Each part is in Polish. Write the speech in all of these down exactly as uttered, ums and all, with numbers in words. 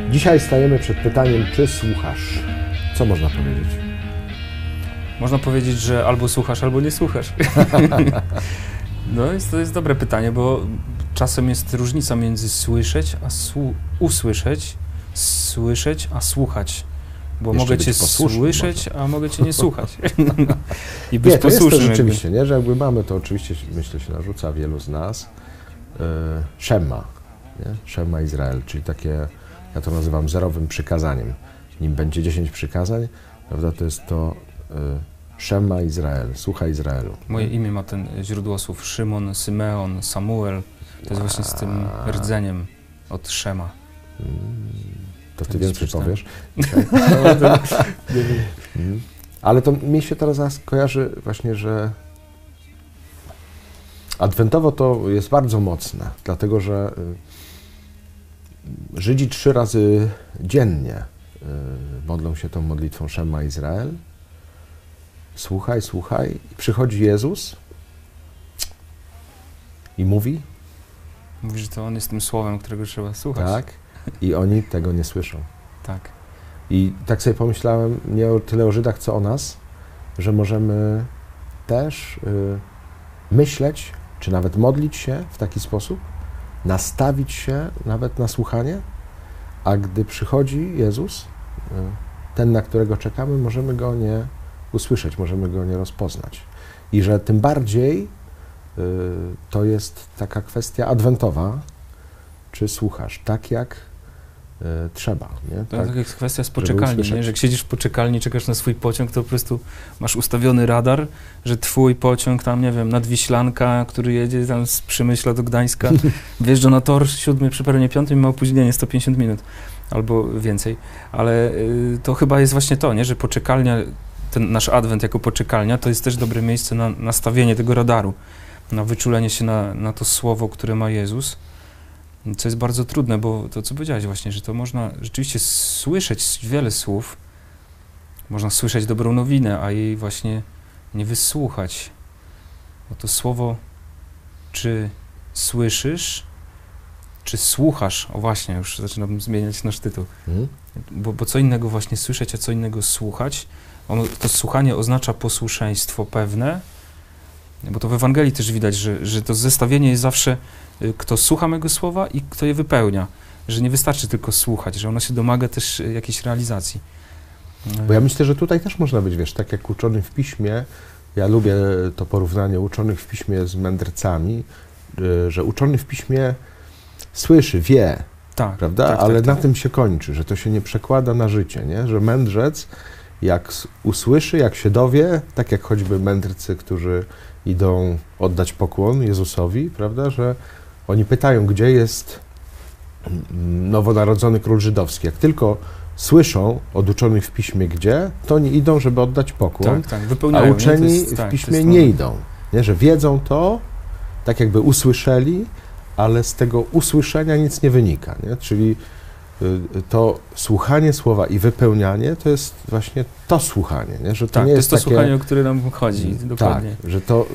Dzisiaj stajemy przed pytaniem, czy słuchasz? Co można powiedzieć? Można powiedzieć, że albo słuchasz, albo nie słuchasz. No jest, to jest dobre pytanie, bo czasem jest różnica między słyszeć, a słu- usłyszeć, słyszeć, a słuchać. Bo Jeszcze mogę cię słyszeć, może. a mogę cię nie słuchać. I być Nie, to jest to posłusznym. rzeczywiście, nie? Że jakby mamy, to oczywiście myślę się narzuca wielu z nas. Yy, Szema, nie? Szema Izrael, czyli takie, ja to nazywam zerowym przykazaniem. Nim będzie dziesięć przykazań, prawda, to jest to yy, Szema Izrael, słuchaj Izraelu. Moje imię ma ten źródło słów Szymon, Symeon, Samuel. To jest właśnie z tym rdzeniem od Szema. Mm, to ty Tak więcej przeczytałem. powiesz. Okay. mm. Ale to mi się teraz kojarzy właśnie, że adwentowo to jest bardzo mocne, dlatego że y, Żydzi trzy razy dziennie y, modlą się tą modlitwą Szema Izrael. Słuchaj, słuchaj. I przychodzi Jezus i mówi. Mówi, że to On jest tym słowem, którego trzeba słuchać. Tak. I oni tego nie słyszą. Tak. I tak sobie pomyślałem, nie o tyle o Żydach, co o nas, że możemy też y, myśleć, czy nawet modlić się w taki sposób, nastawić się nawet na słuchanie, a gdy przychodzi Jezus, y, ten, na którego czekamy, możemy Go nie usłyszeć, możemy Go nie rozpoznać. I że tym bardziej y, to jest taka kwestia adwentowa, czy słuchasz tak, jak y, trzeba. Nie? To tak, tak jest kwestia z poczekalni, usłyszeć. nie? Że jak siedzisz w poczekalni, czekasz na swój pociąg, to po prostu masz ustawiony radar, że twój pociąg tam, nie wiem, Nadwiślanka, który jedzie tam z Przemyśla do Gdańska, wjeżdża na tor siódmy przy peronie piątym i ma opóźnienie sto pięćdziesiąt minut albo więcej. Ale y, to chyba jest właśnie to, nie? Że poczekalnia, ten nasz adwent jako poczekalnia, to jest też dobre miejsce na nastawienie tego radaru, na wyczulenie się na, na to słowo, które ma Jezus. Co jest bardzo trudne, bo to, co powiedziałeś właśnie, że to można rzeczywiście słyszeć wiele słów, można słyszeć dobrą nowinę, a jej właśnie nie wysłuchać. Bo to słowo, czy słyszysz, czy słuchasz, o właśnie, już zaczynam zmieniać nasz tytuł, Mhm. bo, bo co innego właśnie słyszeć, a co innego słuchać. Ono, to słuchanie oznacza posłuszeństwo pewne, bo to w Ewangelii też widać, że, że to zestawienie jest zawsze kto słucha mego słowa i kto je wypełnia. Że nie wystarczy tylko słuchać, że ono się domaga też jakiejś realizacji. Bo ja myślę, że tutaj też można być, wiesz, tak jak uczony w piśmie, ja lubię to porównanie uczonych w piśmie z mędrcami, że uczony w piśmie słyszy, wie, tak, prawda? tak, Ale tak, na tak. tym się kończy, że to się nie przekłada na życie, nie? Że mędrzec jak s- usłyszy, jak się dowie, tak jak choćby mędrcy, którzy idą oddać pokłon Jezusowi, prawda, że oni pytają, gdzie jest nowonarodzony król żydowski. Jak tylko słyszą od uczonych w piśmie gdzie, to oni idą, żeby oddać pokłon, Tak, tak, a wypełniają. nie? To uczeni jest- w tak, to piśmie jest nie moment. idą. Nie? Że wiedzą to, tak jakby usłyszeli, ale z tego usłyszenia nic nie wynika. Nie? Czyli y, to słuchanie słowa i wypełnianie to jest właśnie to słuchanie. Nie? Że to Tak, nie to jest jest to takie, słuchanie, o które nam chodzi, dokładnie. tak, że to...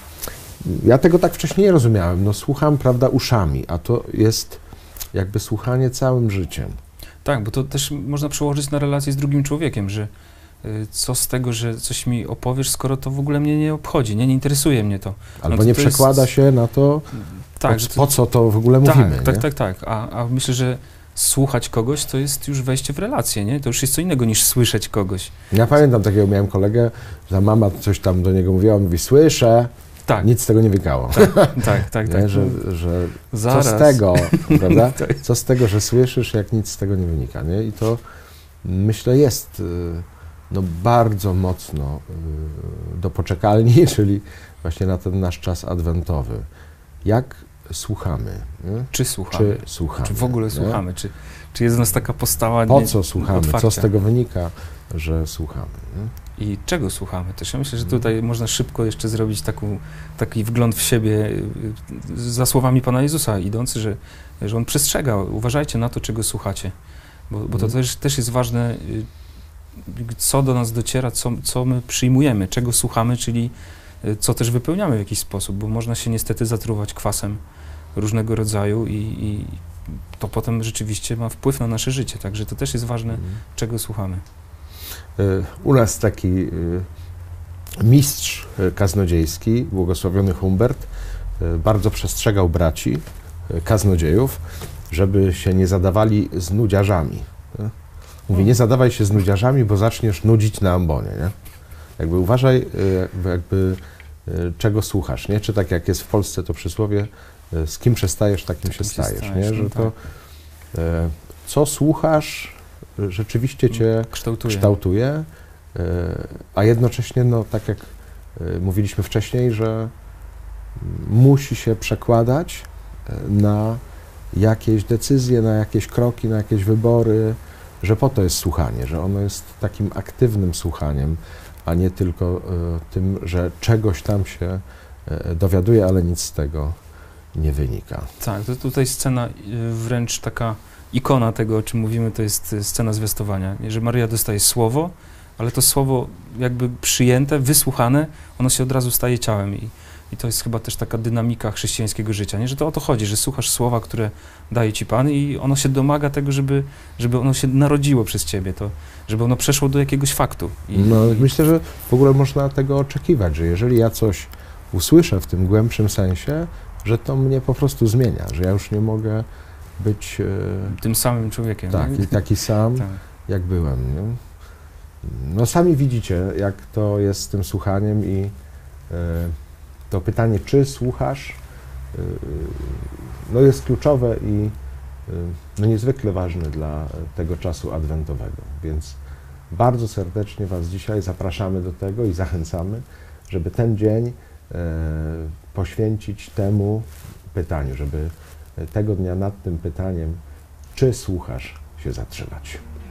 Y, ja tego tak wcześniej nie rozumiałem. No słucham, prawda, uszami, a to jest jakby słuchanie całym życiem. Tak, bo to też można przełożyć na relację z drugim człowiekiem, że y, co z tego, że coś mi opowiesz, skoro to w ogóle mnie nie obchodzi, nie, nie interesuje mnie to. Albo to nie to jest- przekłada się na to, Tak, po, że to, po co to w ogóle tak, mówimy. tak, nie? tak, tak. A, a myślę, że słuchać kogoś to jest już wejście w relację, nie? To już jest co innego niż słyszeć kogoś. Ja pamiętam takiego, miałem kolegę, że mama coś tam do niego mówiła, on mówi, słyszę, Tak, nic z tego nie wynikało. tak, tak, Nie? tak. Że, że co Zaraz. z tego, prawda? Tak. Co z tego, że słyszysz, jak nic z tego nie wynika, nie? I to myślę jest y, no, bardzo mocno y, do poczekalni, czyli właśnie na ten nasz czas adwentowy. Jak słuchamy? Nie? Czy słuchamy? Czy słuchamy? Czy w ogóle nie? słuchamy? Czy, czy jest w nas taka postawa Po nie- co słuchamy? Co otwarcia? z tego wynika, że słuchamy? Nie? I czego słuchamy też? Ja myślę, że tutaj można szybko jeszcze zrobić taką, taki wgląd w siebie y, y, za słowami Pana Jezusa idący, że, że On przestrzega. Uważajcie na to, czego słuchacie. Bo, bo to Mhm. też, też jest ważne, y, co do nas dociera, co, co my przyjmujemy, czego słuchamy, czyli y, co też wypełniamy w jakiś sposób, bo można się niestety zatruwać kwasem różnego rodzaju i, i to potem rzeczywiście ma wpływ na nasze życie, także to też jest ważne, Mhm. czego słuchamy. U nas taki mistrz kaznodziejski, błogosławiony Humbert, bardzo przestrzegał braci kaznodziejów, żeby się nie zadawali z nudziarzami. Mówi, nie zadawaj się z nudziarzami, bo zaczniesz nudzić na ambonie, nie? Jakby uważaj, jakby, jakby czego słuchasz, nie? Czy tak jak jest w Polsce to przysłowie, z kim przestajesz, takim się stajesz, nie? Że to, co słuchasz, rzeczywiście cię kształtuje. kształtuje, a jednocześnie, no tak jak mówiliśmy wcześniej, że musi się przekładać na jakieś decyzje, na jakieś kroki, na jakieś wybory, że po to jest słuchanie, że ono jest takim aktywnym słuchaniem, a nie tylko tym, że czegoś tam się dowiaduje, ale nic z tego nie wynika. Tak, to tutaj scena wręcz taka ikona tego, o czym mówimy, to jest scena zwiastowania, że Maryja dostaje słowo, ale to słowo jakby przyjęte, wysłuchane, ono się od razu staje ciałem i, i to jest chyba też taka dynamika chrześcijańskiego życia, nie? Że to o to chodzi, że słuchasz słowa, które daje ci Pan i ono się domaga tego, żeby, żeby ono się narodziło przez ciebie, to, żeby ono przeszło do jakiegoś faktu. I, no, i... myślę, że w ogóle można tego oczekiwać, że jeżeli ja coś usłyszę w tym głębszym sensie, że to mnie po prostu zmienia, że ja już nie mogę być e, tym samym człowiekiem. tak, i taki sam, tak. jak byłem. Nie? No sami widzicie, jak to jest z tym słuchaniem i e, to pytanie, czy słuchasz, e, no jest kluczowe i e, no niezwykle ważne dla tego czasu adwentowego. Więc bardzo serdecznie Was dzisiaj zapraszamy do tego i zachęcamy, żeby ten dzień e, poświęcić temu pytaniu, żeby tego dnia nad tym pytaniem, czy słuchasz, się zatrzymać.